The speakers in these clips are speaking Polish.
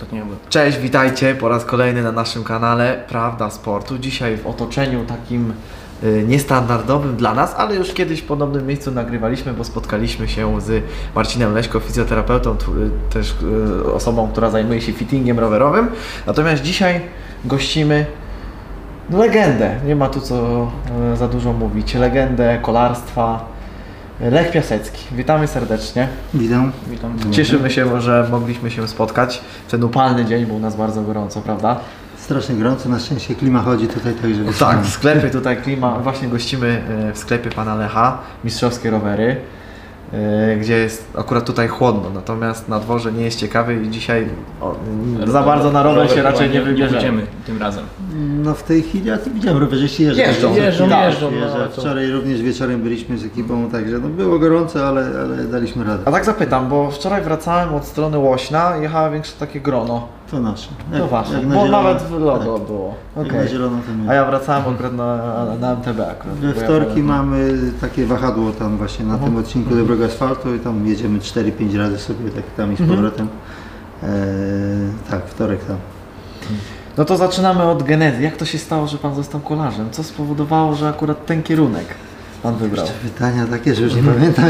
ostatniego byłem. Cześć, witajcie po raz kolejny na naszym kanale Prawda Sportu. Dzisiaj w otoczeniu takim niestandardowym dla nas, ale już kiedyś w podobnym miejscu nagrywaliśmy, bo spotkaliśmy się z Marcinem Leśko, fizjoterapeutą, też osobą, która zajmuje się fittingiem rowerowym. Natomiast dzisiaj gościmy legendę, nie ma tu co za dużo mówić, legendę kolarstwa, Lech Piasecki. Witamy serdecznie. Witam. Cieszymy się, że mogliśmy się spotkać w ten upalny dzień, bo u nas bardzo gorąco, prawda? Strasznie gorąco, na szczęście klima chodzi tutaj, także... Tak, sklepy tutaj klima. Właśnie gościmy w sklepie pana Lecha, mistrzowskie rowery, gdzie jest akurat tutaj chłodno, natomiast na dworze nie jest ciekawy i dzisiaj za bardzo na rower się raczej nie wybierzemy tym razem. No w tej chwili, ja tu widziałem rowerzyści jeżdżą. Jeżdżą. Wczoraj również wieczorem byliśmy z ekipą, także no było gorąco, ale daliśmy radę. A tak zapytam, bo wczoraj wracałem od strony Łośna, jechała większe takie grono. To nasze. To wasze, jak bo zielono, nawet w logo było. Jak Okay. na zielono to my. A ja wracałem akurat na MTB akurat. We wtorki mamy takie wahadło tam właśnie na tym odcinku dobrego asfaltu i tam jedziemy 4-5 razy sobie tak tam i z powrotem. Tak, wtorek tam. No to zaczynamy od genezy. Jak to się stało, że pan został kolarzem? Co spowodowało, że akurat ten kierunek pan wybrał? Jeszcze pytania takie, że już nie pamiętam.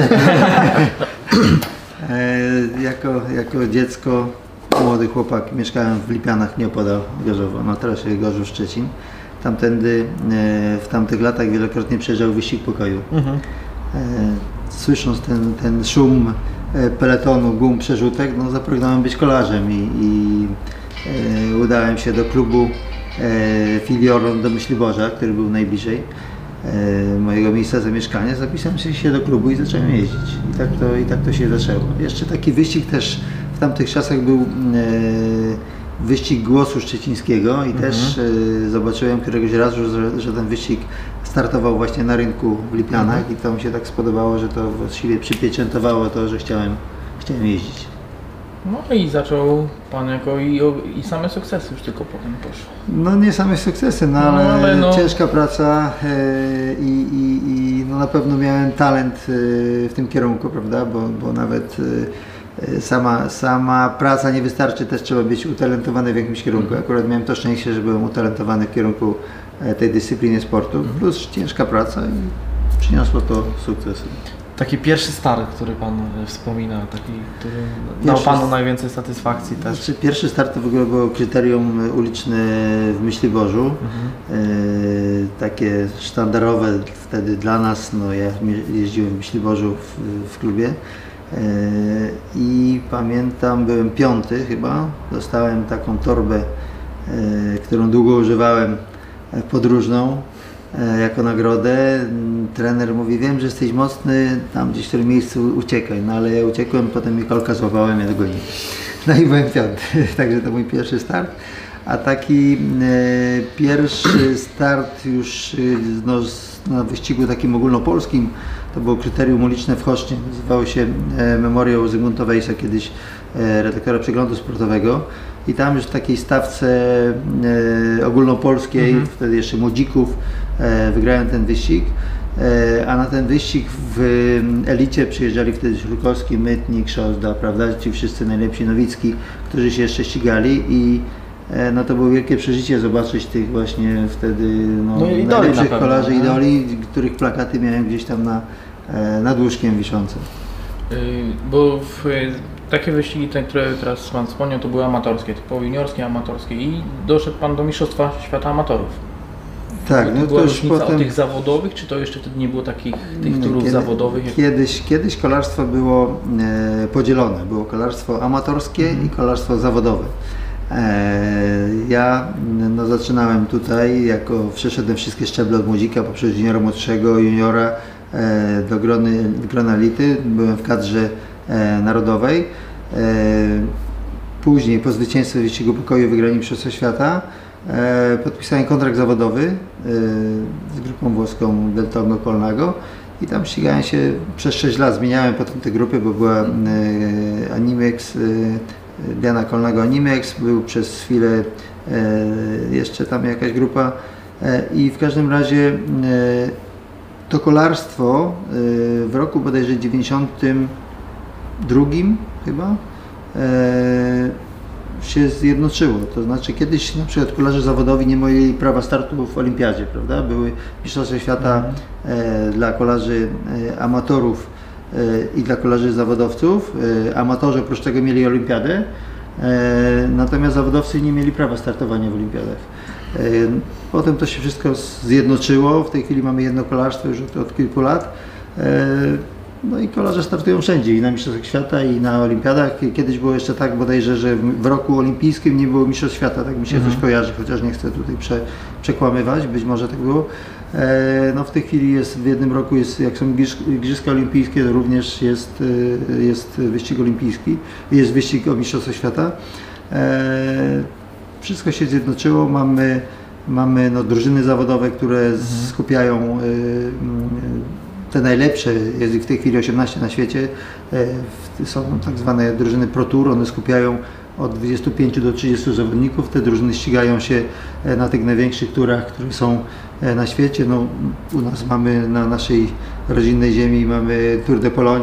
Jako dziecko, młody chłopak, mieszkałem w Lipianach, nieopodal Gorzowa, na trasie Gorzów-Szczecin. Tamtędy w tamtych latach wielokrotnie przejeżdżał wyścig pokoju. Słysząc ten szum peletonu, gum, przerzutek, no zapragnąłem być kolarzem i udałem się do klubu Filioron do Myśliborza, który był najbliżej mojego miejsca zamieszkania. Zapisałem się do klubu i zacząłem jeździć. I tak to się zaczęło. Jeszcze taki wyścig też w tamtych czasach był wyścig Głosu Szczecińskiego i też zobaczyłem któregoś razu, że ten wyścig startował właśnie na rynku w Lipianach i to mi się tak spodobało, że to właściwie przypieczętowało to, że chciałem jeździć. No i zaczął pan i same sukcesy już tylko potem poszły. No nie same sukcesy, no ale ciężka praca i no na pewno miałem talent w tym kierunku, prawda, bo nawet sama praca nie wystarczy, też trzeba być utalentowany w jakimś kierunku. Akurat miałem to szczęście, że byłem utalentowany w kierunku tej dyscypliny sportu, plus ciężka praca i przyniosło to sukcesy. Taki pierwszy start, który pan wspomina, taki, który dał panu najwięcej satysfakcji też. Znaczy, pierwszy start to w ogóle było kryterium uliczne w Myśliborzu. Takie sztandarowe wtedy dla nas, no ja jeździłem w Myśliborzu w klubie. I pamiętam, byłem 5. chyba, dostałem taką torbę, którą długo używałem, podróżną, jako nagrodę. Trener mówi, wiem, że jesteś mocny, tam gdzieś w którym miejscu uciekaj, no ale ja uciekłem, potem mi kolka złapałem, ja dogoniłem. No i byłem 5. Także to mój pierwszy start. A taki pierwszy start już na wyścigu takim ogólnopolskim, to było kryterium uliczne w Choszczy, nazywało się Memoriał Zygmunta Wejsa, kiedyś redaktora przeglądu sportowego. I tam już w takiej stawce ogólnopolskiej, wtedy jeszcze młodzików, wygrałem ten wyścig. A na ten wyścig w elicie przyjeżdżali wtedy Szurkowski, Mytnik, Szozda, prawda, ci wszyscy najlepsi Nowicki, którzy się jeszcze ścigali i no to było wielkie przeżycie zobaczyć tych właśnie wtedy najlepszych kolarzy, idoli, których plakaty miałem gdzieś tam nad łóżkiem wiszące. Bo takie wyścigi, które teraz pan wspomniał, to były amatorskie, typowo juniorskie, amatorskie i doszedł pan do Mistrzostwa Świata Amatorów. Tak, no była to już różnica potem... od tych zawodowych, czy to jeszcze wtedy nie było tych turów zawodowych? Kiedyś kolarstwo było podzielone, było kolarstwo amatorskie i kolarstwo zawodowe. Ja zaczynałem tutaj, przeszedłem wszystkie szczeble od młodzika poprzez juniora młodszego, juniora do grona elity, byłem w kadrze narodowej. Później po zwycięstwie wyścigu pokoju wygrali Mistrzostwa Świata. Podpisałem kontrakt zawodowy z grupą włoską Del Tongo Colnago i tam ścigałem się przez 6 lat. Zmieniałem potem te grupy, bo była Animex, Diana Colnago Animex, był przez chwilę jeszcze tam jakaś grupa i w każdym razie to kolarstwo w roku bodajże 92 chyba się zjednoczyło. To znaczy kiedyś na przykład kolarze zawodowi nie mieli prawa startu w olimpiadzie, prawda? Były mistrzostwa świata dla kolarzy amatorów i dla kolarzy zawodowców. Amatorzy oprócz tego mieli olimpiadę, natomiast zawodowcy nie mieli prawa startowania w olimpiadach. Potem to się wszystko zjednoczyło, w tej chwili mamy jedno kolarstwo już od kilku lat. No i kolarze startują wszędzie, i na mistrzostwach świata, i na olimpiadach. Kiedyś było jeszcze tak bodajże, że w roku olimpijskim nie było mistrzostw świata, tak mi się coś kojarzy, chociaż nie chcę tutaj przekłamywać, być może tak było. No w tej chwili jest, w jednym roku jest, jak są Igrzyska Olimpijskie, to również jest wyścig olimpijski, jest wyścig o mistrzostwo świata. Wszystko się zjednoczyło, mamy no, drużyny zawodowe, które skupiają te najlepsze, jest ich w tej chwili 18 na świecie, są tak zwane drużyny Pro Tour, one skupiają od 25 do 30 zawodników, te drużyny ścigają się na tych największych turach, które są na świecie. No, u nas mamy na naszej rodzinnej ziemi mamy Tour de Pologne,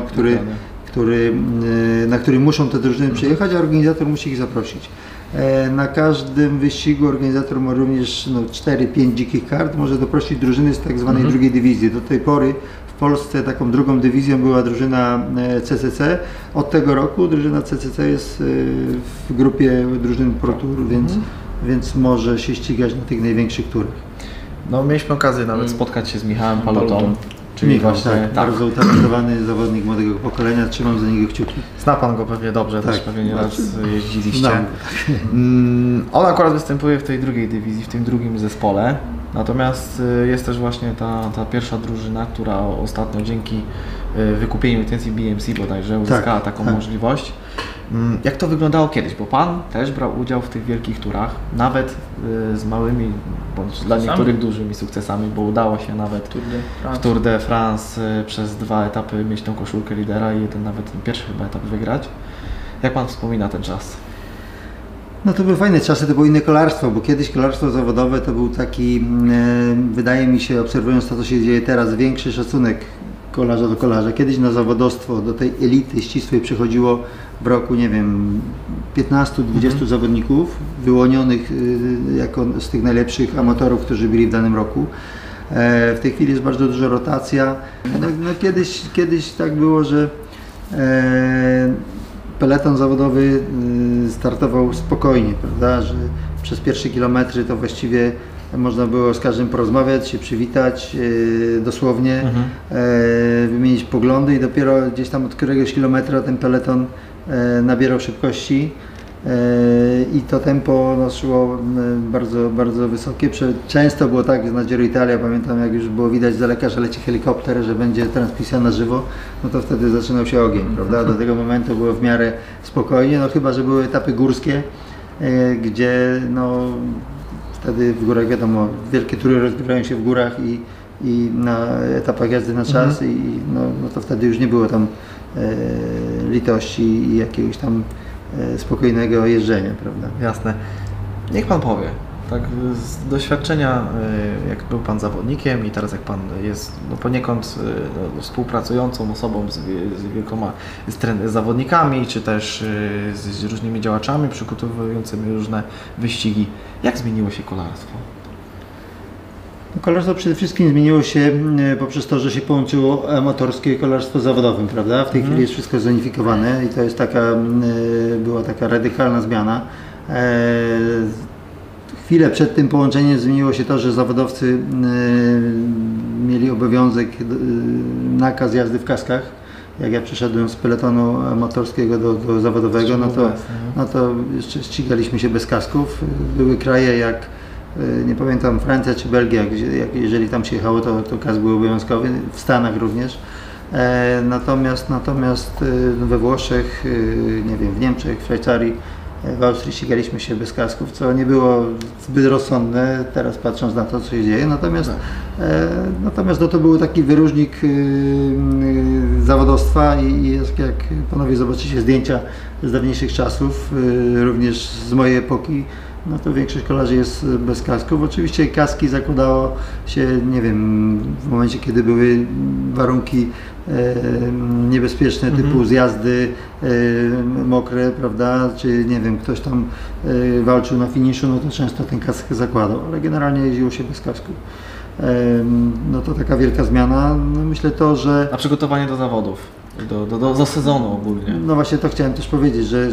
na który muszą te drużyny przyjechać, a organizator musi ich zaprosić. Na każdym wyścigu organizator ma również 4-5 dzikich kart, może doprosić drużyny z tak zwanej drugiej dywizji. Do tej pory w Polsce taką drugą dywizją była drużyna CCC. Od tego roku drużyna CCC jest w grupie drużyn Pro Tour, więc może się ścigać na tych największych turach. No mieliśmy okazję nawet spotkać się z Michałem Palutą. Czyli Michał, właśnie, tak, bardzo utalentowany zawodnik młodego pokolenia, trzymam za niego kciuki. Zna Pan go pewnie dobrze, też pewnie nieraz jeździliście. Znam. On akurat występuje w tej drugiej dywizji, w tym drugim zespole. Natomiast jest też właśnie ta pierwsza drużyna, która ostatnio dzięki wykupieniu licencji BMC bodajże uzyskała taką możliwość. Jak to wyglądało kiedyś? Bo Pan też brał udział w tych wielkich turach, nawet z małymi, bądź dla niektórych dużymi sukcesami, bo udało się nawet w Tour de France przez 2 etapy mieć tą koszulkę lidera i nawet ten pierwszy chyba etap wygrać. Jak Pan wspomina ten czas? No to były fajne czasy, to było inne kolarstwo, bo kiedyś kolarstwo zawodowe to był taki, wydaje mi się, obserwując to, co się dzieje teraz, większy szacunek kolarza do kolarza. Kiedyś na zawodowstwo, do tej elity ścisłej przychodziło w roku, nie wiem, 15-20 zawodników wyłonionych jako z tych najlepszych amatorów, którzy byli w danym roku. W tej chwili jest bardzo duża rotacja. No kiedyś tak było, że peleton zawodowy startował spokojnie, prawda, że przez pierwsze kilometry to właściwie można było z każdym porozmawiać, się przywitać dosłownie, wymienić poglądy i dopiero gdzieś tam od któregoś kilometra ten peleton nabierał szybkości i to tempo szło bardzo, bardzo wysokie. Często było tak na Giro Italia, pamiętam jak już było widać z daleka, że leci helikopter, że będzie transmisja na żywo, no to wtedy zaczynał się ogień, prawda? Do tego momentu było w miarę spokojnie, no chyba że były etapy górskie, gdzie no wtedy w górach wiadomo, wielkie tury rozgrywają się w górach i na etapach jazdy na czas i no to wtedy już nie było tam litości i jakiegoś tam spokojnego jeżdżenia, prawda? Jasne. Niech Pan powie, tak z doświadczenia, jak był Pan zawodnikiem i teraz jak Pan jest poniekąd współpracującą osobą z wielkoma zawodnikami, czy też z różnymi działaczami przygotowującymi różne wyścigi, jak zmieniło się kolarstwo? Kolarstwo przede wszystkim zmieniło się poprzez to, że się połączyło amatorskie i kolarstwo zawodowym, prawda? W tej chwili jest wszystko zunifikowane i to jest była taka radykalna zmiana. Chwilę przed tym połączeniem zmieniło się to, że zawodowcy mieli obowiązek, nakaz jazdy w kaskach. Jak ja przeszedłem z peletonu amatorskiego do zawodowego, no to jeszcze ścigaliśmy się bez kasków. Były kraje jak nie pamiętam, Francja czy Belgia, gdzie jeżeli tam się jechało, to kask był obowiązkowy, w Stanach również. Natomiast we Włoszech, nie wiem, w Niemczech, w Szwajcarii, w Austrii ścigaliśmy się bez kasków, co nie było zbyt rozsądne, teraz patrząc na to, co się dzieje. Natomiast to był taki wyróżnik zawodowstwa i jak panowie zobaczycie zdjęcia z dawniejszych czasów, również z mojej epoki, no to większość kolarzy jest bez kasków. Oczywiście kaski zakładało się, nie wiem, w momencie, kiedy były warunki niebezpieczne, typu zjazdy mokre, prawda, czy nie wiem, ktoś tam walczył na finiszu, no to często ten kask zakładał, ale generalnie jeździło się bez kasku. No to taka wielka zmiana. No myślę to, że... A przygotowanie do zawodów, do sezonu ogólnie. No właśnie to chciałem też powiedzieć, że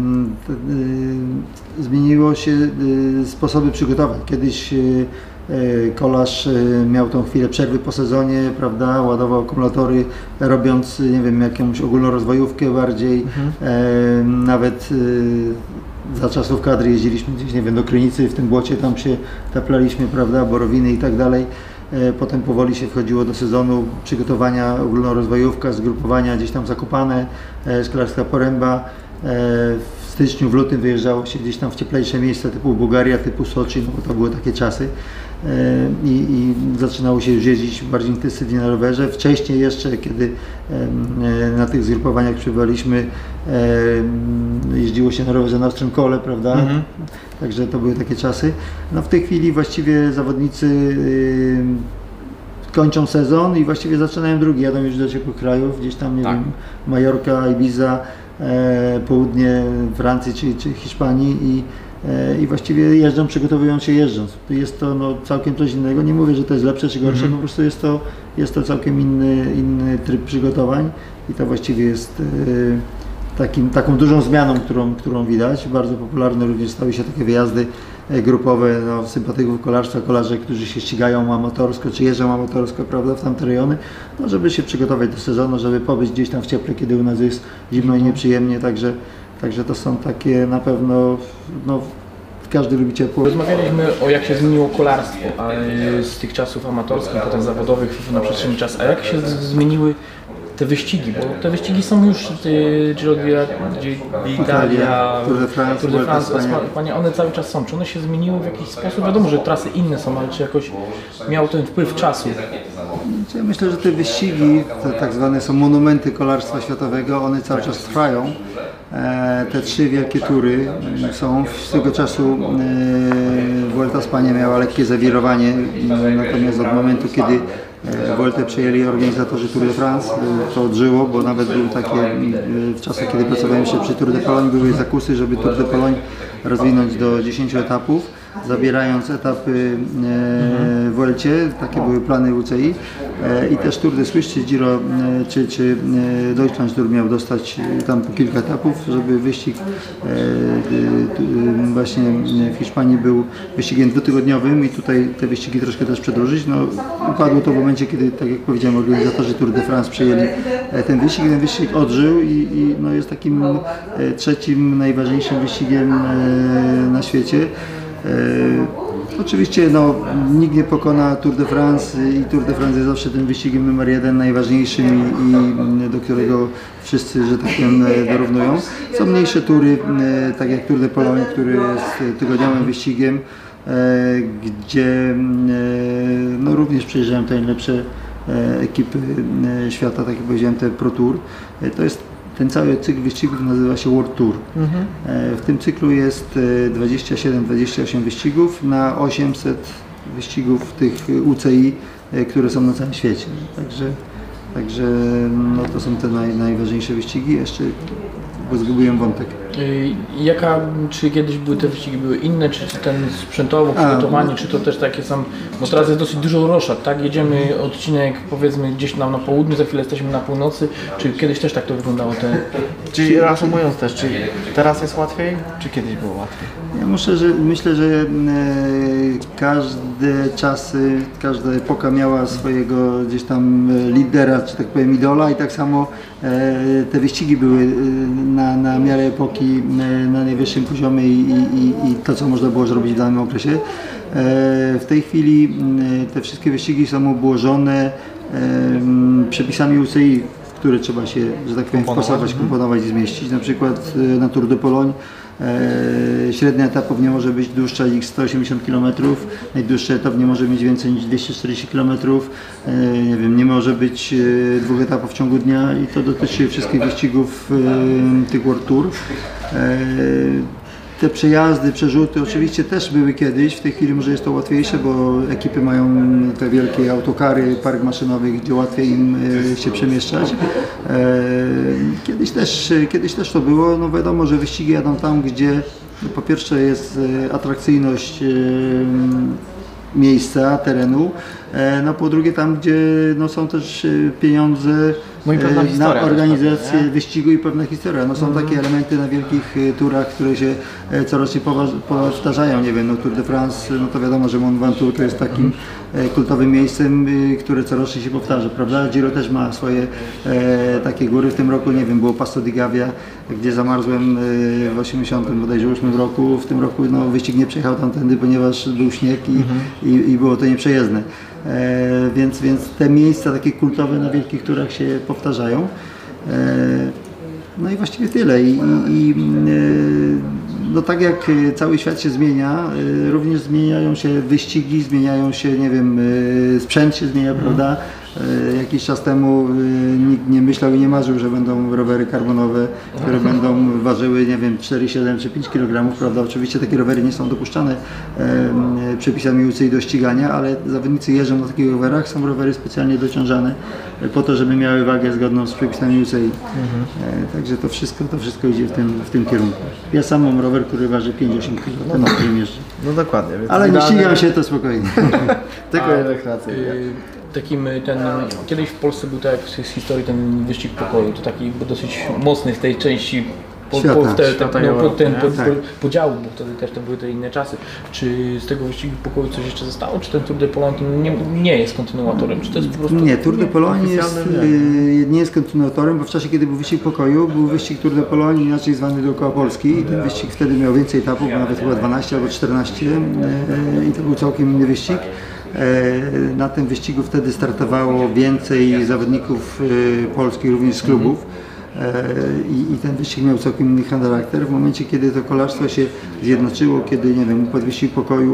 zmieniło się sposoby przygotowań. Kiedyś kolarz miał tą chwilę przerwy po sezonie, prawda, ładował akumulatory, robiąc, nie wiem, jakąś ogólnorozwojówkę bardziej, nawet za czasów kadry jeździliśmy gdzieś, nie wiem, do Krynicy, w tym błocie tam się taplaliśmy, prawda, borowiny i tak dalej. Potem powoli się wchodziło do sezonu przygotowania, ogólnorozwojówka, zgrupowania gdzieś tam Zakopane, Szklarska Poręba. W styczniu, w lutym wyjeżdżało się gdzieś tam w cieplejsze miejsca typu Bułgaria, typu Soczi, no bo to były takie czasy. I zaczynało się już jeździć bardziej intensywnie na rowerze. Wcześniej jeszcze, kiedy na tych zgrupowaniach przybywaliśmy, jeździło się na rowerze na ostrym kole, prawda? Także to były takie czasy. No w tej chwili właściwie zawodnicy kończą sezon i właściwie zaczynają drugi, jadą już do ciepłych krajów, gdzieś tam, nie wiem, Majorka, Ibiza, południe Francji czy Hiszpanii i właściwie jeżdżą, przygotowują się jeżdżąc. Jest to no, całkiem coś innego. Nie mówię, że to jest lepsze czy gorsze, po prostu jest to całkiem inny tryb przygotowań i to właściwie jest taką dużą zmianą, którą widać. Bardzo popularne również stały się takie wyjazdy grupowe no, sympatyków kolarstwa, kolarze, którzy się ścigają amatorsko, czy jeżdżą amatorsko, prawda, w tamte rejony, no, żeby się przygotować do sezonu, żeby pobyć gdzieś tam w cieple, kiedy u nas jest zimno i nieprzyjemnie, także to są takie na pewno, no, każdy lubi ciepło. Rozmawialiśmy o jak się zmieniło kolarstwo z tych czasów amatorskich, potem zawodowych na przestrzeni czasu, a jak się zmieniły te wyścigi, bo te wyścigi są już Giro d'Italia, Tour de France, Hiszpania, one cały czas są. Czy one się zmieniły w jakiś sposób? Wiadomo, że trasy inne są, ale czy jakoś miał ten wpływ czasu? Ja myślę, że te wyścigi, te tak zwane są monumenty kolarstwa światowego, one cały czas trwają. Te trzy wielkie tury są. Swego czasu Vuelta a España miała lekkie zawirowanie, natomiast od momentu, kiedy Vueltę przejęli organizatorzy Tour de France, to odżyło, bo nawet były takie, w czasach, kiedy pracowałem jeszcze przy Tour de Pologne, były zakusy, żeby Tour de Pologne rozwinąć do 10 etapów, zabierając etapy w Vuelcie, takie były plany UCI i też Tour de Suisse, czy Giro, czy Deutschland Tour miał dostać tam po kilka etapów, żeby wyścig właśnie w Hiszpanii był wyścigiem dwutygodniowym i tutaj te wyścigi troszkę też przedłużyć. No, upadło to w momencie, kiedy, tak jak powiedziałem, organizatorzy Tour de France przejęli ten wyścig odżył i no, jest takim trzecim najważniejszym wyścigiem na świecie. Oczywiście no, nikt nie pokona Tour de France i Tour de France jest zawsze tym wyścigiem numer jeden, najważniejszym i do którego wszyscy, że tak powiem, dorównują. Są mniejsze tury, tak jak Tour de Pologne, który jest tygodniowym wyścigiem, gdzie no, również przyjeżdżają te najlepsze ekipy świata, tak jak powiedziałem, te Pro Tour. To jest ten cały cykl wyścigów nazywa się World Tour. W tym cyklu jest 27-28 wyścigów na 800 wyścigów tych UCI, które są na całym świecie. Także no, to są te najważniejsze wyścigi. Jeszcze bo zgubiłem wątek. Czy kiedyś były te wyścigi były inne, czy ten sprzętowo przygotowanie, czy to też takie są, bo teraz jest dosyć dużo roszad, tak? Jedziemy odcinek powiedzmy gdzieś tam na południu, za chwilę jesteśmy na północy, czy kiedyś też tak to wyglądało? Czyli reasumując też, czy teraz jest łatwiej, czy kiedyś było łatwiej? Ja myślę, że każde czasy, każda epoka miała swojego gdzieś tam lidera, czy tak powiem idola i tak samo te wyścigi były na miarę epoki na najwyższym poziomie i to, co można było zrobić w danym okresie. W tej chwili te wszystkie wyścigi są obłożone przepisami UCI, w które trzeba się, że tak powiem, wpasować, komponować i zmieścić. Na przykład na Tour de Pologne średnia etapów nie może być dłuższa niż 180 km, najdłuższy etap nie może mieć więcej niż 240 km, nie wiem, nie może być dwóch etapów w ciągu dnia i to dotyczy wszystkich wyścigów tych World Tour. te przejazdy, przerzuty oczywiście też były kiedyś, w tej chwili może jest to łatwiejsze, bo ekipy mają te wielkie autokary, park maszynowy, gdzie łatwiej im się przemieszczać. Kiedyś też to było, no wiadomo, że wyścigi jadą tam, gdzie po pierwsze jest atrakcyjność miejsca, terenu, no po drugie tam, gdzie no, są też pieniądze No i pewna na historia organizację też, nie? wyścigu i pewna historia. No, są takie elementy na wielkich turach, które się corocznie powtarzają. Nie wiem, no Tour de France, no to wiadomo, że Mont Ventoux to jest takim kultowym miejscem, które corocznie się powtarza, prawda? Giro też ma swoje takie góry. W tym roku, nie wiem, było Passo di Gavia, gdzie zamarzłem w 88 roku. W tym roku no, wyścig nie przejechał tamtędy, ponieważ był śnieg i było to nieprzejezdne. Więc te miejsca takie kultowe na wielkich turach się powtarzają. No i właściwie tyle. No tak jak cały świat się zmienia, również zmieniają się wyścigi, zmieniają się, nie wiem, sprzęt się zmienia, prawda? Jakiś czas temu nikt nie myślał i nie marzył, że będą rowery karbonowe, które będą ważyły, nie wiem, 4,7 czy 5 kg, prawda? Oczywiście takie rowery nie są dopuszczane przepisami UCI do ścigania, ale zawodnicy jeżdżą na takich rowerach, są rowery specjalnie dociążane po to, żeby miały wagę zgodną z przepisami UCI. Także to wszystko idzie w tym kierunku. Ja sam mam rower, który waży 5-8 kg, ten, na którym jeżdżę. No dokładnie. Więc Ale nie ścigam się, to spokojnie. Tylko rekreacyjnie. Kiedyś w Polsce był tak jak z historii ten wyścig pokoju, to taki dosyć mocny w tej części podziału, bo wtedy też to były te inne czasy. Czy z tego wyścigu pokoju coś jeszcze zostało? Czy ten Tour de Pologne nie jest kontynuatorem? Czy to jest po prostu... Nie, Tour de Pologne nie jest kontynuatorem, bo w czasie, kiedy był wyścig pokoju, był wyścig Tour de Pologne, inaczej zwany dookoła Polski. I ten wyścig wtedy miał więcej etapów, nawet chyba 12 albo 14 i to był całkiem inny wyścig. Na tym wyścigu wtedy startowało więcej zawodników polskich, również z klubów. I ten wyścig miał całkiem inny charakter. W momencie, kiedy to kolarstwo się zjednoczyło, kiedy, nie wiem, pod wyścig pokoju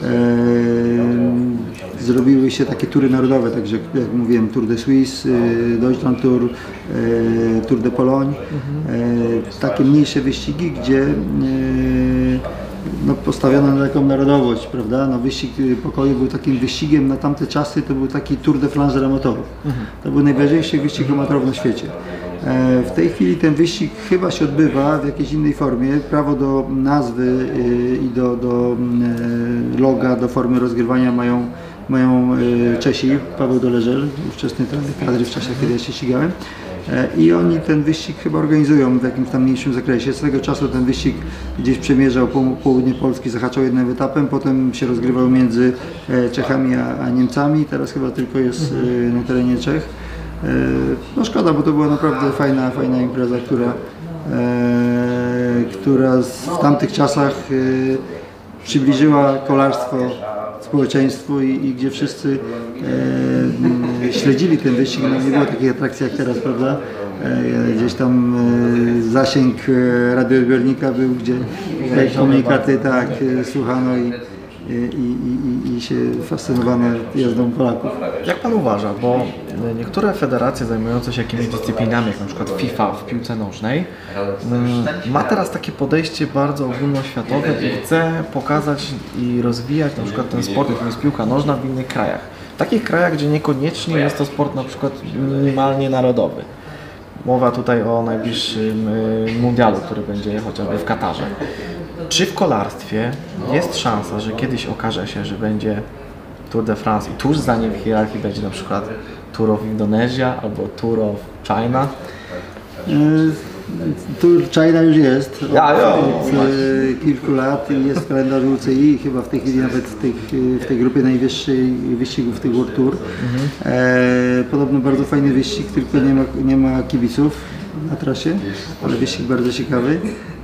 zrobiły się takie tury narodowe, także jak mówiłem, Tour de Suisse, Deutschland Tour, Tour de Pologne, takie mniejsze wyścigi, gdzie no, postawiono na taką narodowość, prawda? No, wyścig pokoju był takim wyścigiem na tamte czasy, to był taki Tour de France amatorów. To był najważniejszy wyścig amatorów na świecie. W tej chwili ten wyścig chyba się odbywa w jakiejś innej formie. Prawo do nazwy i do loga, do formy rozgrywania mają Czesi, Paweł Doleżel, ówczesny trener kadry w czasie, kiedy ja się ścigałem. I oni ten wyścig chyba organizują w jakimś tam mniejszym zakresie. Swego czasu ten wyścig gdzieś przemierzał południe Polski, zahaczał jednym etapem, potem się rozgrywał między Czechami a Niemcami, teraz chyba tylko jest na terenie Czech. No szkoda, bo to była naprawdę fajna impreza, która w tamtych czasach przybliżyła kolarstwo społeczeństwu i gdzie wszyscy śledzili ten wyścig. No, nie było takich atrakcji jak teraz, prawda? Gdzieś tam zasięg radioodbiornika był, gdzie komunikaty tak słuchano i się fascynowano jazdą Polaków. Jak Pan uważa, bo niektóre federacje zajmujące się jakimiś dyscyplinami, jak na przykład FIFA w piłce nożnej, ma teraz takie podejście bardzo ogólnoświatowe i chce pokazać i rozwijać na przykład ten sport, jakim jest piłka nożna w innych krajach. W takich krajach, gdzie niekoniecznie jest to sport na przykład minimalnie narodowy. Mowa tutaj o najbliższym mundialu, który będzie chociażby w Katarze. Czy w kolarstwie jest szansa, że kiedyś okaże się, że będzie Tour de France i tuż za nim w hierarchii będzie na przykład Tour of Indonesia albo Tour of China? Tour China już jest od kilku lat i jest w kalendarzu UCI, chyba w tej chwili nawet w tej grupie najwyższej wyścigów tych World Tour. Podobno bardzo fajny wyścig, tylko nie ma kibiców na trasie, ale wyścig bardzo ciekawy.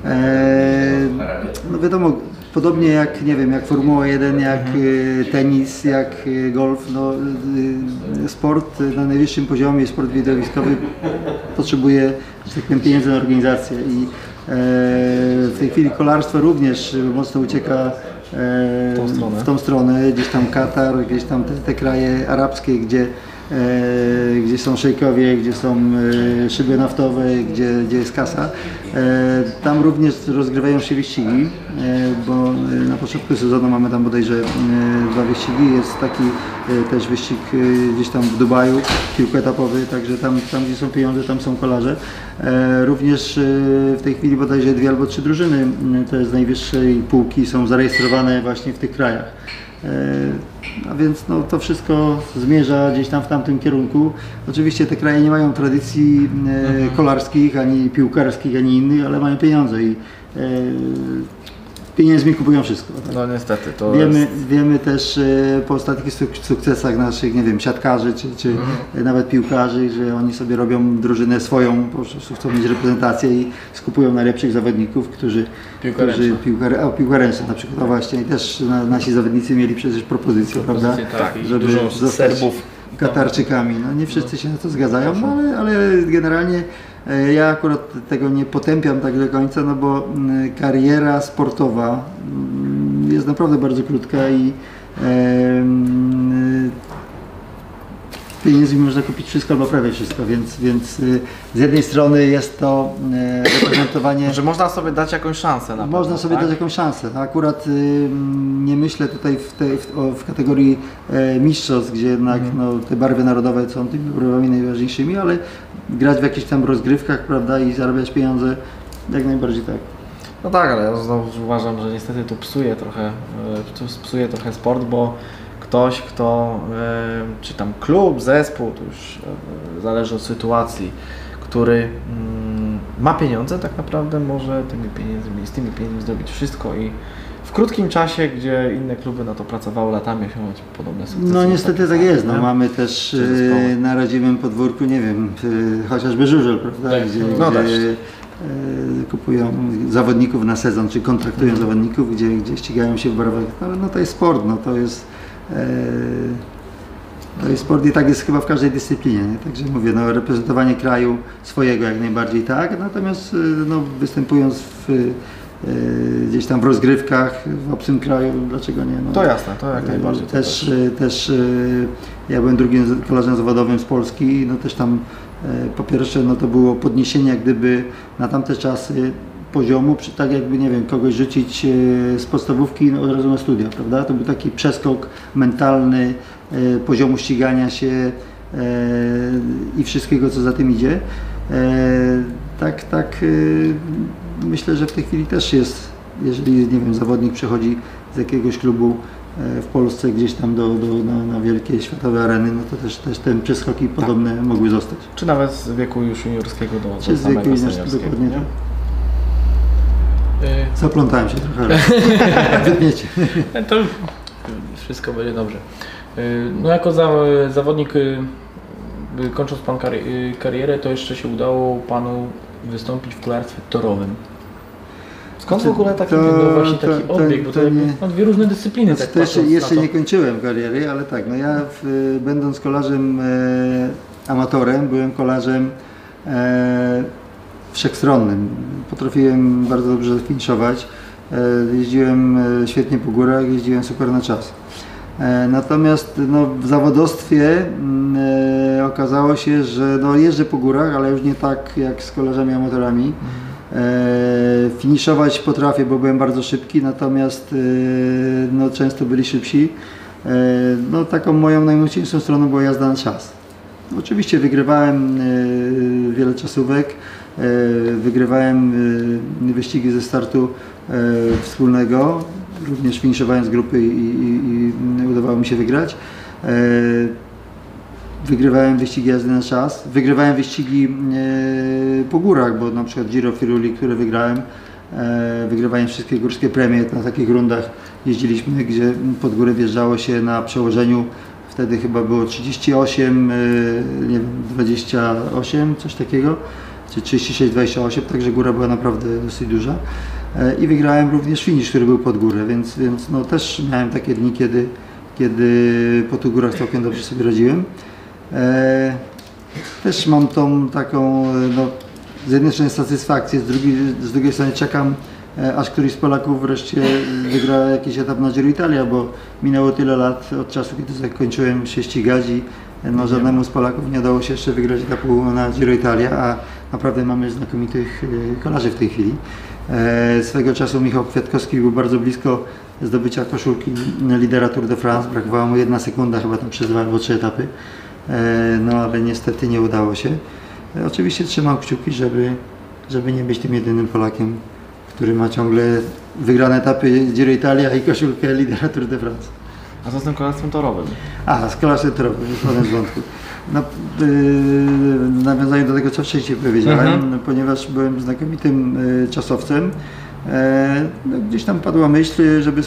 No wiadomo, podobnie jak, nie wiem, jak Formuła 1, jak tenis, jak golf, no, sport na najwyższym poziomie, sport widowiskowy potrzebuje, że tak powiem, pieniędzy na organizację i w tej chwili kolarstwo również mocno ucieka w tą stronę, gdzieś tam Katar, gdzieś tam te kraje arabskie, gdzie gdzie są szejkowie, gdzie są szyby naftowe, gdzie jest kasa. Tam również rozgrywają się wyścigi, bo na początku sezonu mamy tam bodajże 2 wyścigi. Jest taki też wyścig gdzieś tam w Dubaju, kilkuetapowy, także tam gdzie są pieniądze, tam są kolarze. Również w tej chwili bodajże 2 albo 3 drużyny te z najwyższej półki są zarejestrowane właśnie w tych krajach. A więc no, to wszystko zmierza gdzieś tam w tamtym kierunku. Oczywiście te kraje nie mają tradycji kolarskich, ani piłkarskich, ani innych, ale mają pieniądze i pieniędzmi kupują wszystko. Tak? No niestety, to Wiemy też po ostatnich sukcesach naszych, nie wiem, siatkarzy czy nawet piłkarzy, że oni sobie robią drużynę swoją, po prostu chcą mieć reprezentację i skupują najlepszych zawodników, którzy piłka ręczna na przykład. No właśnie, i też nasi zawodnicy mieli przecież propozycję, prawda? Tak, żeby dużo zostać Serbów. Katarczykami. No nie wszyscy się na to zgadzają, no, ale generalnie ja akurat tego nie potępiam tak do końca, no bo kariera sportowa jest naprawdę bardzo krótka i pieniędzmi można kupić wszystko albo prawie wszystko, więc z jednej strony jest to reprezentowanie... Że można sobie dać jakąś szansę na pewno, Można sobie tak? dać jakąś szansę. No akurat nie myślę tutaj w kategorii mistrzostw, gdzie jednak no, te barwy narodowe są tymi barwami najważniejszymi, ale grać w jakichś tam rozgrywkach, prawda, i zarabiać pieniądze, jak najbardziej tak. No tak, ale ja znowu uważam, że niestety to psuje trochę sport, bo ktoś, kto, czy tam klub, zespół, to już zależy od sytuacji, który ma pieniądze, tak naprawdę może z tymi pieniędzmi zrobić wszystko i w krótkim czasie, gdzie inne kluby na to pracowały latami, osiągnąć podobne sukcesy. No niestety tak jest, no, nie? mamy też na rodzimym podwórku, nie wiem, chociażby żużel, prawda, Tak. gdzie kupują zawodników na sezon, czy kontraktują zawodników, gdzie ścigają się w barwach, ale no to jest sport, no to jest sport i tak jest chyba w każdej dyscyplinie, nie? Także mówię, no reprezentowanie kraju swojego jak najbardziej tak, natomiast no, występując gdzieś tam w rozgrywkach w obcym kraju, dlaczego nie? No, To jasne, to jak najbardziej. Też ja byłem drugim kolarzem zawodowym z Polski, no też tam po pierwsze no to było podniesienie jak gdyby na tamte czasy poziomu, tak jakby, nie wiem, kogoś rzucić z podstawówki no, od razu na studia, prawda? To był taki przeskok mentalny poziomu ścigania się i wszystkiego, co za tym idzie. Myślę, że w tej chwili też jest, jeżeli, nie wiem, zawodnik przechodzi z jakiegoś klubu w Polsce gdzieś tam na wielkie światowe areny, no to też te przeskoki podobne mogły zostać. Czy nawet z wieku już juniorskiego do Czy z samego wieku seniorskiego, dokładnie nie? tak. Zaplątałem się trochę, ale wytniecie. To wszystko będzie dobrze. No jako zawodnik, kończąc Pan karierę, to jeszcze się udało Panu wystąpić w kolarstwie torowym. Skąd w ogóle taki odbieg, bo to jakby no, 2 różne dyscypliny. Tak jeszcze nie kończyłem kariery, ale tak, no ja będąc kolarzem amatorem, byłem kolarzem wszechstronnym. Potrafiłem bardzo dobrze finiszować, jeździłem świetnie po górach, jeździłem super na czas. Natomiast no, w zawodowstwie okazało się, że no, jeżdżę po górach, ale już nie tak jak z kolarzami amatorami. Finiszować potrafię, bo byłem bardzo szybki, natomiast no, często byli szybsi. No, taką moją najmocniejszą stroną była jazda na czas. Oczywiście wygrywałem wiele czasówek, wygrywałem wyścigi ze startu wspólnego, również finiszowałem z grupy i udawało mi się wygrać. Wygrywałem wyścigi jazdy na czas, wygrywałem wyścigi po górach, bo na przykład Giro Friuli, które wygrałem, wygrywałem wszystkie górskie premie na takich rundach jeździliśmy, gdzie pod górę wjeżdżało się na przełożeniu, wtedy chyba było 38, nie wiem, 28, coś takiego, czy 36-28, także góra była naprawdę dosyć duża. I wygrałem również finisz, który był pod górę, więc no, też miałem takie dni, kiedy po tych górach całkiem dobrze sobie radziłem. Też mam tą taką, no, z jednej strony satysfakcję, z drugiej strony czekam, aż któryś z Polaków wreszcie wygra jakiś etap na Giro Italia, bo minęło tyle lat od czasu, kiedy zakończyłem się ścigać No, żadnemu z Polaków nie udało się jeszcze wygrać etapu na Giro Italia, a naprawdę mamy znakomitych kolarzy w tej chwili. Swego czasu Michał Kwiatkowski był bardzo blisko zdobycia koszulki lidera Tour de France. Brakowała mu 1 sekunda chyba tam przez 2 albo 3 etapy. No ale niestety nie udało się. Oczywiście trzymam kciuki, żeby nie być tym jedynym Polakiem, który ma ciągle wygrane etapy Giro Italia i koszulkę lidera Tour de France. A co z tym kolarstwem torowym? Z kolarstwem torowym, już z wątku. No, nawiązanie do tego, co wcześniej powiedziałem, ponieważ byłem znakomitym czasowcem, no, gdzieś tam padła myśl, żeby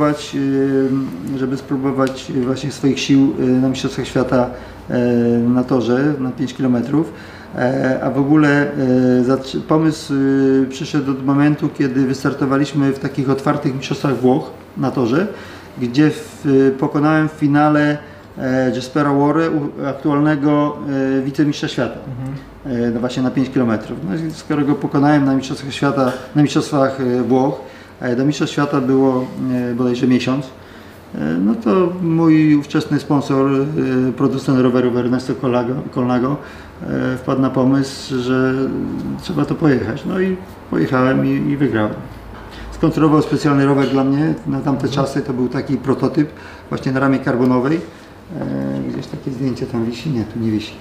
spróbować właśnie swoich sił na Mistrzostwach Świata na torze na 5 km. A w ogóle pomysł przyszedł od momentu, kiedy wystartowaliśmy w takich otwartych mistrzostwach Włoch na torze, gdzie pokonałem w finale Giuseppera Warre, aktualnego wicemistrza świata, no właśnie na 5 km. No i skoro go pokonałem na Mistrzostwach Świata, na Mistrzostwach Włoch, do Mistrzostw Świata było bodajże miesiąc, no to mój ówczesny sponsor, producent rowerów Ernesto Colnago, wpadł na pomysł, że trzeba to pojechać. No i pojechałem i wygrałem. Skonstruował specjalny rower dla mnie. Na tamte czasy to był taki prototyp właśnie na ramie karbonowej. Gdzieś takie zdjęcie tam wisi? Nie, tu nie wisi.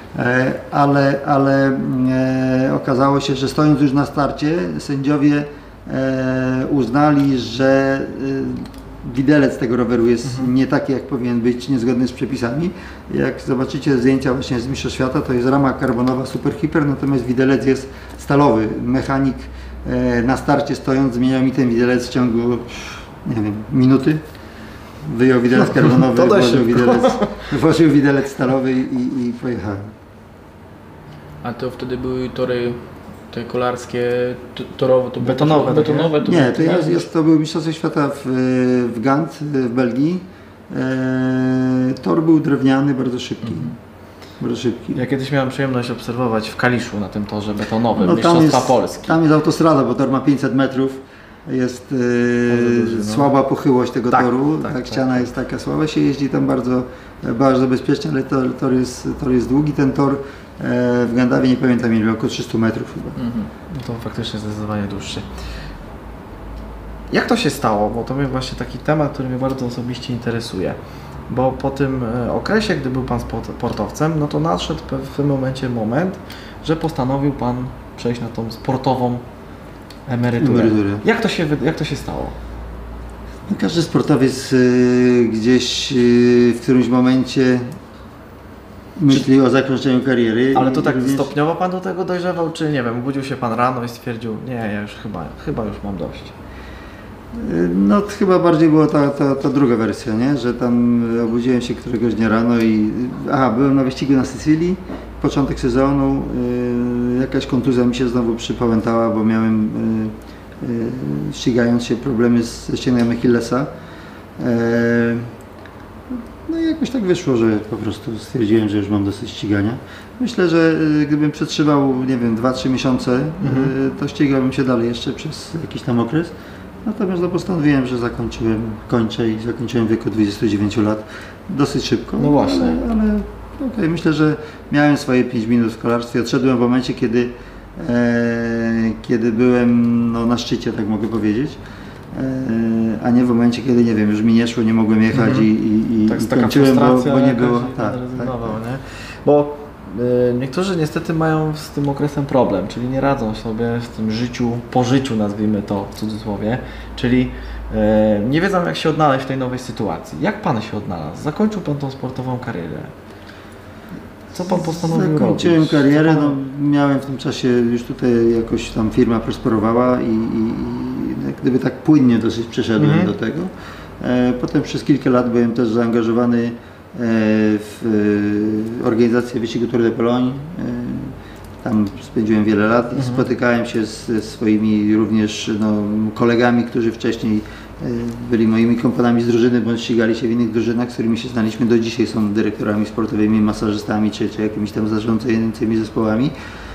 Ale okazało się, że stojąc już na starcie, sędziowie uznali, że widelec tego roweru jest nie taki, jak powinien być, niezgodny z przepisami. Jak zobaczycie zdjęcia właśnie z Mistrzostw Świata, to jest rama karbonowa Super Hiper, natomiast widelec jest stalowy. Mechanik na starcie stojąc zmieniał mi ten widelec w ciągu, nie wiem, minuty. Wyjął widelec karbonowy, włożył widelec stalowy i pojechałem. A to wtedy były tory te kolarskie, torowe, to betonowe. To nie, to był Mistrzostwa Świata w Gand w Belgii. Tor był drewniany, bardzo szybki. Bardzo szybki. Ja kiedyś miałem przyjemność obserwować w Kaliszu na tym torze betonowym Mistrzostwa Polski. Tam jest autostrada, bo tor ma 500 metrów. Jest słaba pochyłość tego toru, ściana jest taka słaba, się jeździ tam bardzo, bardzo bezpiecznie, ale tor jest długi. Ten tor w Gandawie, nie pamiętam, ile, około 300 metrów chyba. No to faktycznie zdecydowanie dłuższy. Jak to się stało? Bo to jest właśnie taki temat, który mnie bardzo osobiście interesuje. Bo po tym okresie, gdy był Pan sportowcem, no to nadszedł w tym momencie moment, że postanowił Pan przejść na tą sportową emeryturę. Jak to się stało? No, każdy sportowiec gdzieś w którymś momencie myśli o zakończeniu kariery. Ale to tak stopniowo Pan do tego dojrzewał, czy nie wiem, obudził się Pan rano i stwierdził, nie, ja już chyba już mam dość? No chyba bardziej była ta druga wersja, nie? Że tam obudziłem się któregoś dnia rano i byłem na wyścigu na Sycylii, początek sezonu, jakaś kontuzja mi się znowu przypamiętała, bo miałem ścigając się problemy ze ścięgiem Achillesa. No i jakoś tak wyszło, że po prostu stwierdziłem, że już mam dosyć ścigania. Myślę, że gdybym przetrzymał, nie wiem, 2-3 miesiące, to ścigałbym się dalej jeszcze przez jakiś tam okres. Natomiast postanowiłem, że kończę i zakończyłem w wieku 29 lat dosyć szybko. No właśnie. Ale okej, myślę, że miałem swoje 5 minut w kolarstwie. Odszedłem w momencie, kiedy byłem na szczycie, tak mogę powiedzieć. A nie w momencie, kiedy nie wiem, już mi nie szło, nie mogłem jechać i kończyłem, bo nie było. Tak. Nie? Bo niektórzy niestety mają z tym okresem problem, czyli nie radzą sobie z tym życiu, po życiu nazwijmy to w cudzysłowie, czyli nie wiedzą jak się odnaleźć w tej nowej sytuacji. Jak Pan się odnalazł? Zakończył Pan tą sportową karierę. Co Pan postanowił robić? Zakończyłem karierę, miałem w tym czasie już tutaj jakoś tam firma prosperowała i gdyby tak płynnie dosyć przeszedłem do tego. Potem przez kilka lat byłem też zaangażowany w organizację wyścigu Tour de Pologne. Tam spędziłem wiele lat i spotykałem się ze swoimi również kolegami, którzy wcześniej byli moimi kompanami z drużyny, bądź ścigali się w innych drużynach, z którymi się znaliśmy. Do dzisiaj są dyrektorami sportowymi, masażystami czy jakimiś tam zarządzającymi zespołami.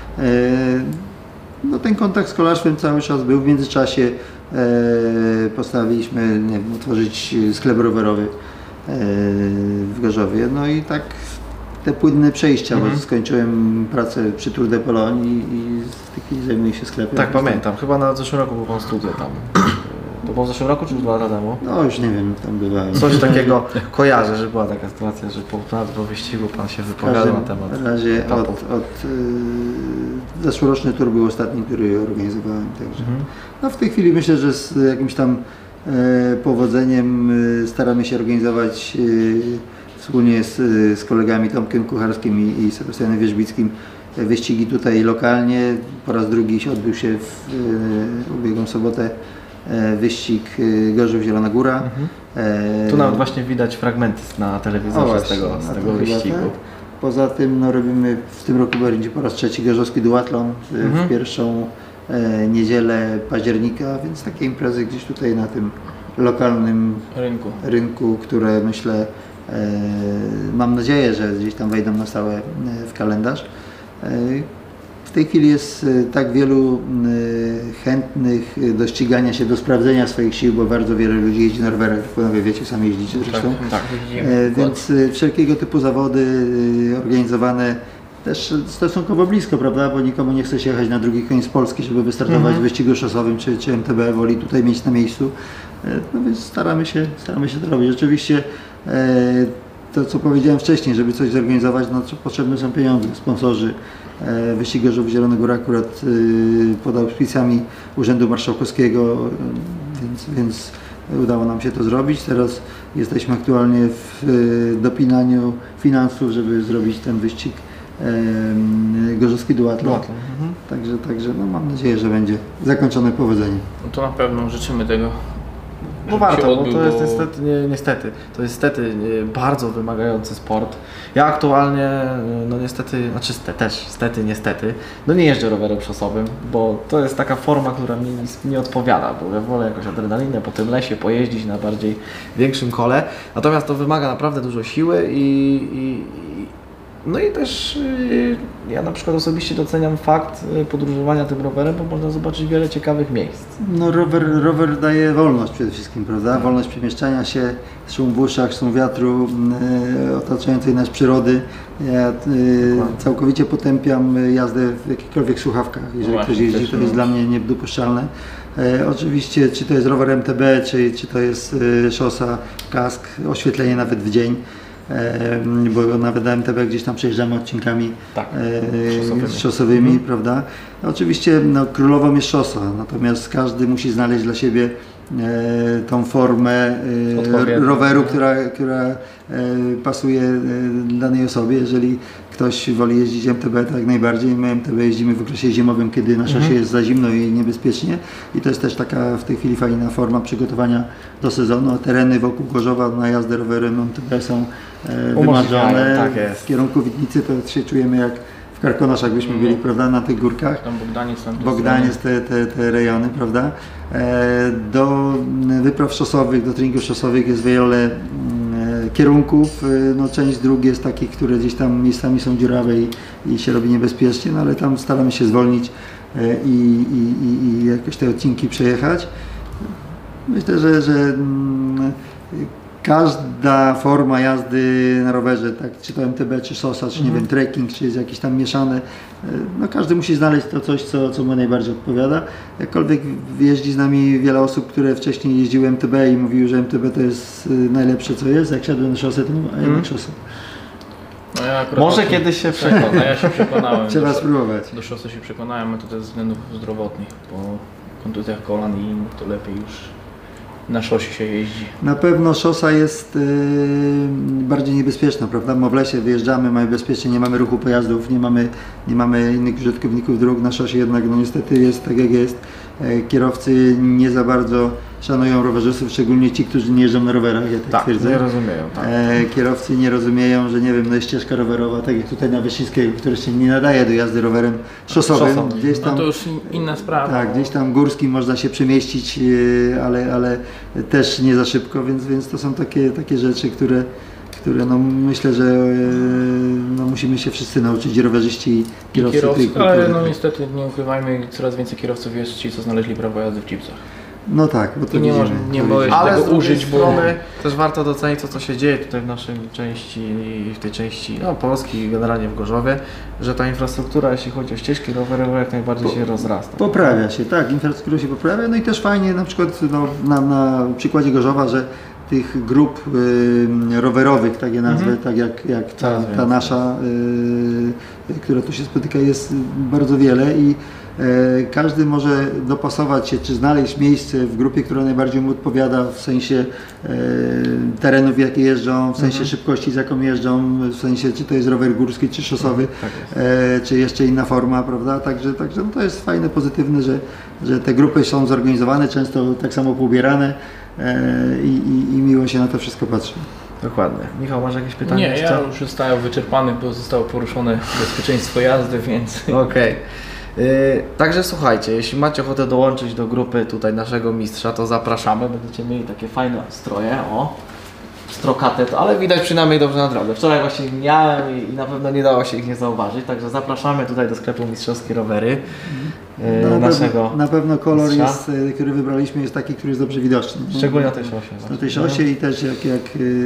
No, ten kontakt z kolarstwem cały czas był. W międzyczasie postanowiliśmy otworzyć sklep rowerowy w Gorzowie. No i tak te płynne przejścia, bo skończyłem pracę przy Tour de Pologne i zajmuję się sklepem. Tak, pamiętam. Chyba na zeszłym roku był pan studia tam. To było w zeszłym roku czy 2 lata temu? No już nie wiem, tam bywałem. Coś takiego kojarzę, że była taka sytuacja, że po wyścigu pan się wypowiadał na temat. W razie zeszłoroczny tur był ostatni, który organizowałem. Także. No w tej chwili myślę, że z jakimś tam powodzeniem staramy się organizować wspólnie z kolegami Tomkiem Kucharskim i Sebastianem Wierzbickim wyścigi tutaj lokalnie. Po raz drugi się odbył się w ubiegłą sobotę wyścig Gorzów-Zielona Góra. Tu nawet właśnie widać fragmenty na telewizorze z tego wyścigu. Tak. Poza tym no, robimy w tym roku będzie po raz trzeci Gorzowski Duatlon w pierwszą niedzielę października, więc takie imprezy gdzieś tutaj na tym lokalnym rynku, które myślę, mam nadzieję, że gdzieś tam wejdą na stałe w kalendarz. W tej chwili jest tak wielu chętnych do ścigania się, do sprawdzenia swoich sił, bo bardzo wiele ludzi jeździ na rowerach, jak panowie wiecie, sami jeździcie zresztą. Tak, więc wszelkiego typu zawody organizowane też stosunkowo blisko, prawda, bo nikomu nie chce się jechać na drugi koniec Polski, żeby wystartować w wyścigu szosowym czy MTB, woli tutaj mieć na miejscu. No więc staramy się to robić. Oczywiście to, co powiedziałem wcześniej, żeby coś zorganizować, no to potrzebne są pieniądze, sponsorzy. Wyścig Gorzów-Zielona Góra akurat pod auspicjami Urzędu Marszałkowskiego, więc udało nam się to zrobić. Teraz jesteśmy aktualnie w dopinaniu finansów, żeby zrobić ten wyścig Gorzowski Duatlon. Także no, mam nadzieję, że będzie zakończony powodzeniem. No to na pewno życzymy tego. No warto, bo to jest niestety bardzo wymagający sport. Ja aktualnie, no niestety, niestety, no nie jeżdżę rowerem szosowym, bo to jest taka forma, która mi nie odpowiada, bo ja wolę jakoś adrenalinę po tym lesie pojeździć na bardziej większym kole. Natomiast to wymaga naprawdę dużo siły no i też ja na przykład osobiście doceniam fakt podróżowania tym rowerem, bo można zobaczyć wiele ciekawych miejsc. No rower daje wolność przede wszystkim, prawda? Wolność przemieszczania się, szum w uszach, szum wiatru, otaczającej nas przyrody. Ja całkowicie potępiam jazdę w jakichkolwiek słuchawkach. Jeżeli ktoś jeździ, to jest dla mnie niedopuszczalne. Oczywiście, czy to jest rower MTB, czy to jest szosa, kask, oświetlenie nawet w dzień. Bo nawet na MTB gdzieś tam przejeżdżamy odcinkami szosowymi, prawda? Oczywiście no, królową jest szosa, natomiast każdy musi znaleźć dla siebie tą formę roweru, która pasuje danej osobie. Jeżeli ktoś woli jeździć MTB, tak jak najbardziej. My MTB jeździmy w okresie zimowym, kiedy na szosie jest za zimno i niebezpiecznie. I to jest też taka w tej chwili fajna forma przygotowania do sezonu. A tereny wokół Gorzowa na jazdę rowerem MTB są wymarzone. Tak jest. W kierunku Witnicy to się czujemy jak w Karkonoszach byśmy byli, prawda, na tych górkach. Tam Bogdaniec, te rejony, prawda. Do wypraw szosowych, do treningów szosowych jest wiele kierunków. No, część dróg jest takich, które gdzieś tam miejscami są dziurawe i się robi niebezpiecznie, no ale tam staramy się zwolnić i jakoś te odcinki przejechać. Myślę, że każda forma jazdy na rowerze, tak, czy to MTB, czy szosa, czy nie wiem, trekking, czy jest jakieś tam mieszane, no każdy musi znaleźć to coś, co mu najbardziej odpowiada. Jakkolwiek jeździ z nami wiele osób, które wcześniej jeździły MTB i mówiły, że MTB to jest najlepsze co jest, jak siadłem na szosę, to mówię, a jednak szosę. No może kiedyś się przekona. Ja się przekonałem. Trzeba spróbować. Do szosy się przekonałem, a to też ze względów zdrowotnych. Po kontuzjach kolan i to lepiej już na szosie się jeździ. Na pewno szosa jest bardziej niebezpieczna, prawda? Bo w lesie wyjeżdżamy, mamy bezpiecznie, nie mamy ruchu pojazdów, nie mamy innych użytkowników dróg. Na szosie jednak no niestety jest tak jak jest. Kierowcy nie za bardzo szanują rowerzystów, szczególnie ci, którzy nie jeżdżą na rowerach, ja tak twierdzę. Nie rozumieją. Tak. Kierowcy nie rozumieją, że nie wiem, no jest ścieżka rowerowa, tak jak tutaj na Wyszyńskiego, która się nie nadaje do jazdy rowerem szosowym. Gdzieś tam, no to już inna sprawa. Tak, gdzieś tam górskim można się przemieścić, ale też nie za szybko, więc to są takie rzeczy, które no myślę, że no musimy się wszyscy nauczyć, rowerzyści i kierowcy. Ale no niestety nie ukrywajmy, coraz więcej kierowców jest ci, co znaleźli prawo jazdy w chipsach. No tak, bo to I nie widzimy. można- nie to możesz widzimy. Ale tego z drugiej użyć, bo- strony też warto docenić to, co się dzieje tutaj w naszej części i w tej części Polski i generalnie w Gorzowie, że ta infrastruktura, jeśli chodzi o ścieżki rowerowe, jak najbardziej się rozrasta. Poprawia się, tak, infrastruktura się poprawia, no i też fajnie na przykład na przykładzie Gorzowa, że tych grup rowerowych, tak je nazwę, tak jak ta nasza, która tu się spotyka, jest bardzo wiele i każdy może dopasować się, czy znaleźć miejsce w grupie, która najbardziej mu odpowiada w sensie terenów, w jakie jeżdżą, w sensie szybkości, z jaką jeżdżą, w sensie czy to jest rower górski, czy szosowy, czy jeszcze inna forma, prawda? Także no to jest fajne, pozytywne, że te grupy są zorganizowane, często tak samo poubierane i miło się na to wszystko patrzy. Dokładnie. Michał, masz jakieś pytania Nie, jeszcze? ja już zostałem wyczerpany, bo zostało poruszone bezpieczeństwo jazdy, więc... Okej. Także słuchajcie, jeśli macie ochotę dołączyć do grupy tutaj naszego mistrza, to zapraszamy. Będziecie mieli takie fajne stroje, strokatet, ale widać przynajmniej dobrze na drodze. Wczoraj właśnie miałem i na pewno nie dało się ich nie zauważyć, także zapraszamy tutaj do sklepu Mistrzowskie Rowery naszego Na pewno kolor mistrza. jest, który wybraliśmy, jest taki, który jest dobrze widoczny. Szczególnie na tej szosie. Na tej szosie i też jak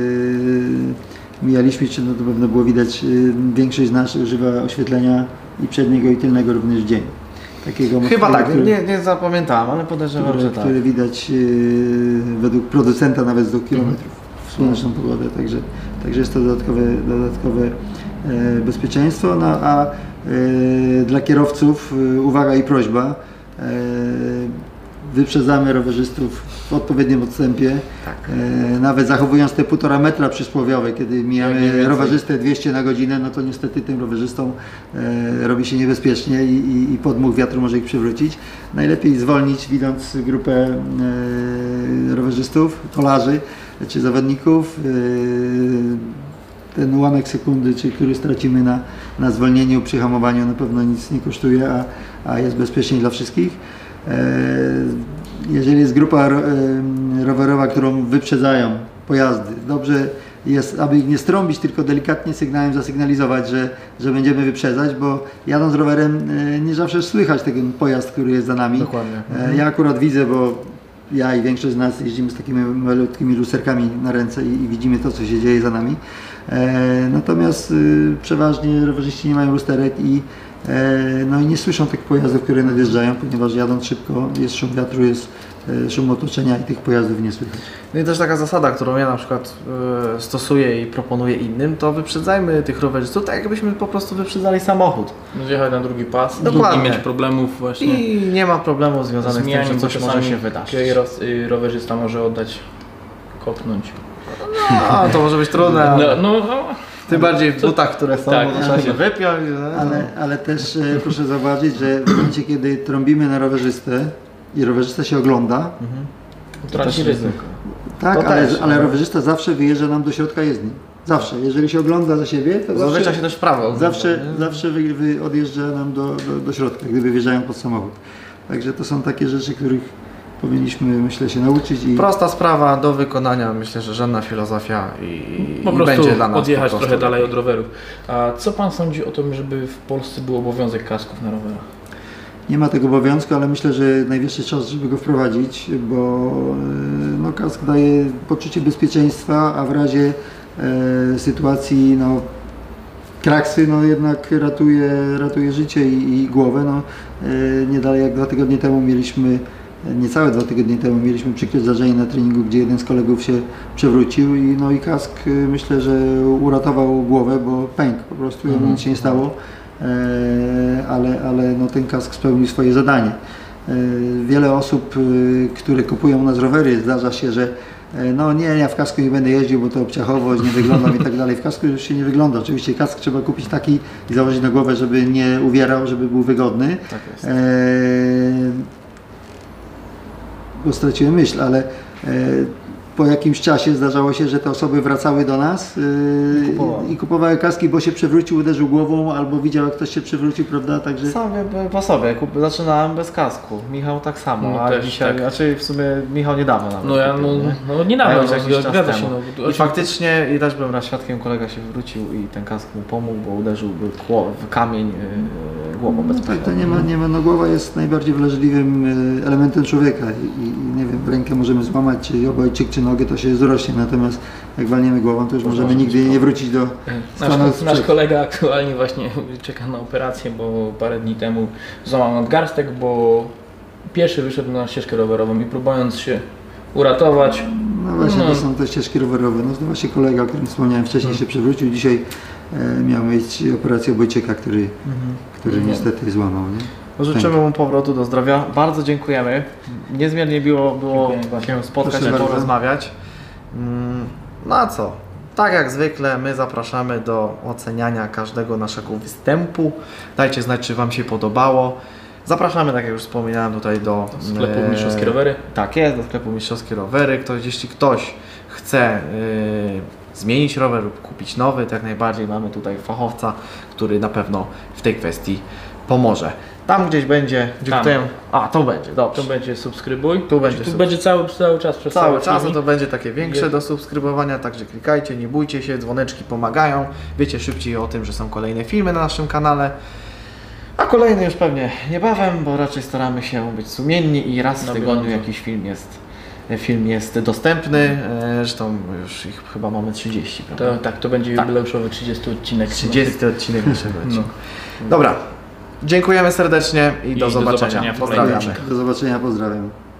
mijaliśmy, czy no to pewno było widać, większość z nas używa oświetlenia i przedniego i tylnego również w dzień. Takiego Chyba mocnego, tak, nie zapamiętałem, ale podejrzewam, że tak. który widać według producenta nawet z 2 km w słoneczną pogodę, także jest to dodatkowe bezpieczeństwo. No, a dla kierowców uwaga i prośba, wyprzedzamy rowerzystów w odpowiednim odstępie, nawet zachowując te 1,5 metra przysłowiowe, kiedy mijamy rowerzystę 200 na godzinę, no to niestety tym rowerzystom robi się niebezpiecznie i podmuch wiatru może ich przywrócić. Najlepiej zwolnić, widząc grupę rowerzystów, kolarzy czy zawodników, ten ułamek sekundy, który stracimy na zwolnieniu, przy hamowaniu, na pewno nic nie kosztuje, a jest bezpiecznie dla wszystkich. Jeżeli jest grupa rowerowa, którą wyprzedzają pojazdy, dobrze jest, aby ich nie strąbić, tylko delikatnie sygnałem zasygnalizować, że będziemy wyprzedzać, bo jadąc rowerem nie zawsze słychać ten pojazd, który jest za nami. Dokładnie. Ja akurat widzę, bo ja i większość z nas jeździmy z takimi malutkimi lusterkami na ręce i widzimy to, co się dzieje za nami. Natomiast przeważnie rowerzyści nie mają lusterek i nie słyszą tych pojazdów, które nadjeżdżają, ponieważ jadąc szybko jest szum wiatru, jest szum otoczenia i tych pojazdów nie słychać. No i też taka zasada, którą ja na przykład stosuję i proponuję innym, to wyprzedzajmy tych rowerzystów tak, jakbyśmy po prostu wyprzedzali samochód. Zjechać na drugi pas, Dokładnie. nie mieć problemów właśnie. I nie ma problemu związanych z tym, że coś może się wydarzyć. Rowerzysta może oddać, kopnąć. No, to może być trudne, No. tym bardziej w butach, które są, Tak. bo to trzeba się wypiąć. Ale też proszę zauważyć, że w momencie, kiedy trąbimy na rowerzystę i rowerzysta się ogląda, Traci ryzyko. tak, To też, ale rowerzysta zawsze wyjeżdża nam do środka jezdni. Zawsze. Jeżeli się ogląda za siebie, to Zazwyczaj się też w prawo. zawsze odjeżdża nam do środka, gdy wjeżdżają pod samochód. Także to są takie rzeczy, których powinniśmy, myślę, się nauczyć. Prosta sprawa do wykonania, myślę, że żadna filozofia Po i prostu będzie dla nas odjechać po prostu trochę dalej od rowerów. A co Pan sądzi o tym, żeby w Polsce był obowiązek kasków na rowerach? Nie ma tego obowiązku, ale myślę, że najwyższy czas, żeby go wprowadzić, bo kask daje poczucie bezpieczeństwa, a w razie sytuacji kraksy jednak ratuje życie i głowę. Nie dalej jak 2 tygodnie temu mieliśmy, niecałe 2 tygodnie temu mieliśmy przykre zdarzenie na treningu, gdzie jeden z kolegów się przewrócił i kask, myślę, że uratował głowę, bo pękł po prostu, nic się nie stało. Ale ten kask spełnił swoje zadanie. Wiele osób, które kupują u nas rowery, zdarza się, że ja w kasku nie będę jeździł, bo to obciachowość, nie wyglądam i tak dalej. W kasku już się nie wygląda. Oczywiście kask trzeba kupić taki i założyć na głowę, żeby nie uwierał, żeby był wygodny. Tak jest. Bo straciłem myśl, ale po jakimś czasie zdarzało się, że te osoby wracały do nas i kupowały kaski, bo się przewrócił, uderzył głową albo widział, jak ktoś się przewrócił, prawda? Także... Sam po sobie, zaczynałem bez kasku, Michał tak samo, No a też, dzisiaj, tak. Znaczy w sumie Michał niedawno nawet. Niedawno, zgadza się. I faktycznie, i też byłem raz świadkiem, kolega się wywrócił i ten kask mu pomógł, bo uderzył w kamień głową No tak, to nie ma, no głowa jest najbardziej wrażliwym elementem człowieka i nie wiem, rękę możemy złamać, czy obojczyk, czy nogę, to się zrośnie, natomiast jak walniemy głową, to już możemy nigdy nie wrócić do stanu Nasz kolega aktualnie właśnie czeka na operację, bo parę dni temu złamał nadgarstek, bo pieszy wyszedł na ścieżkę rowerową i próbując się uratować. No właśnie, to są te ścieżki rowerowe. No to właśnie kolega, o którym wspomniałem wcześniej, się przewrócił. Dzisiaj miał mieć operację obojczyka, który niestety złamał. Nie? No, życzymy mu powrotu do zdrowia. Bardzo dziękujemy. Niezmiernie było się spotkać i porozmawiać. No a co? Tak jak zwykle my zapraszamy do oceniania każdego naszego występu. Dajcie znać, czy Wam się podobało. Zapraszamy, tak jak już wspominałem, tutaj do sklepu Mistrzowskie Rowery. Tak jest, do sklepu Mistrzowskie Rowery. Jeśli ktoś chce zmienić rower lub kupić nowy, to jak najbardziej mamy tutaj fachowca, który na pewno w tej kwestii pomoże. Tam gdzieś będzie, to będzie, dobrze. To będzie subskrybuj. Tu będzie cały czas przez cały czas, to będzie takie większe do subskrybowania, także klikajcie, nie bójcie się, dzwoneczki pomagają. Wiecie szybciej o tym, że są kolejne filmy na naszym kanale. A kolejny już pewnie niebawem, bo raczej staramy się być sumienni i raz w tygodniu jakiś film jest dostępny. Zresztą już ich chyba mamy 30, prawda? To będzie jubileuszowy 30 odcinek. 30 odcinek naszego odcinka. Dobra, dziękujemy serdecznie i do zobaczenia. Pozdrawiamy. Do zobaczenia, pozdrawiam.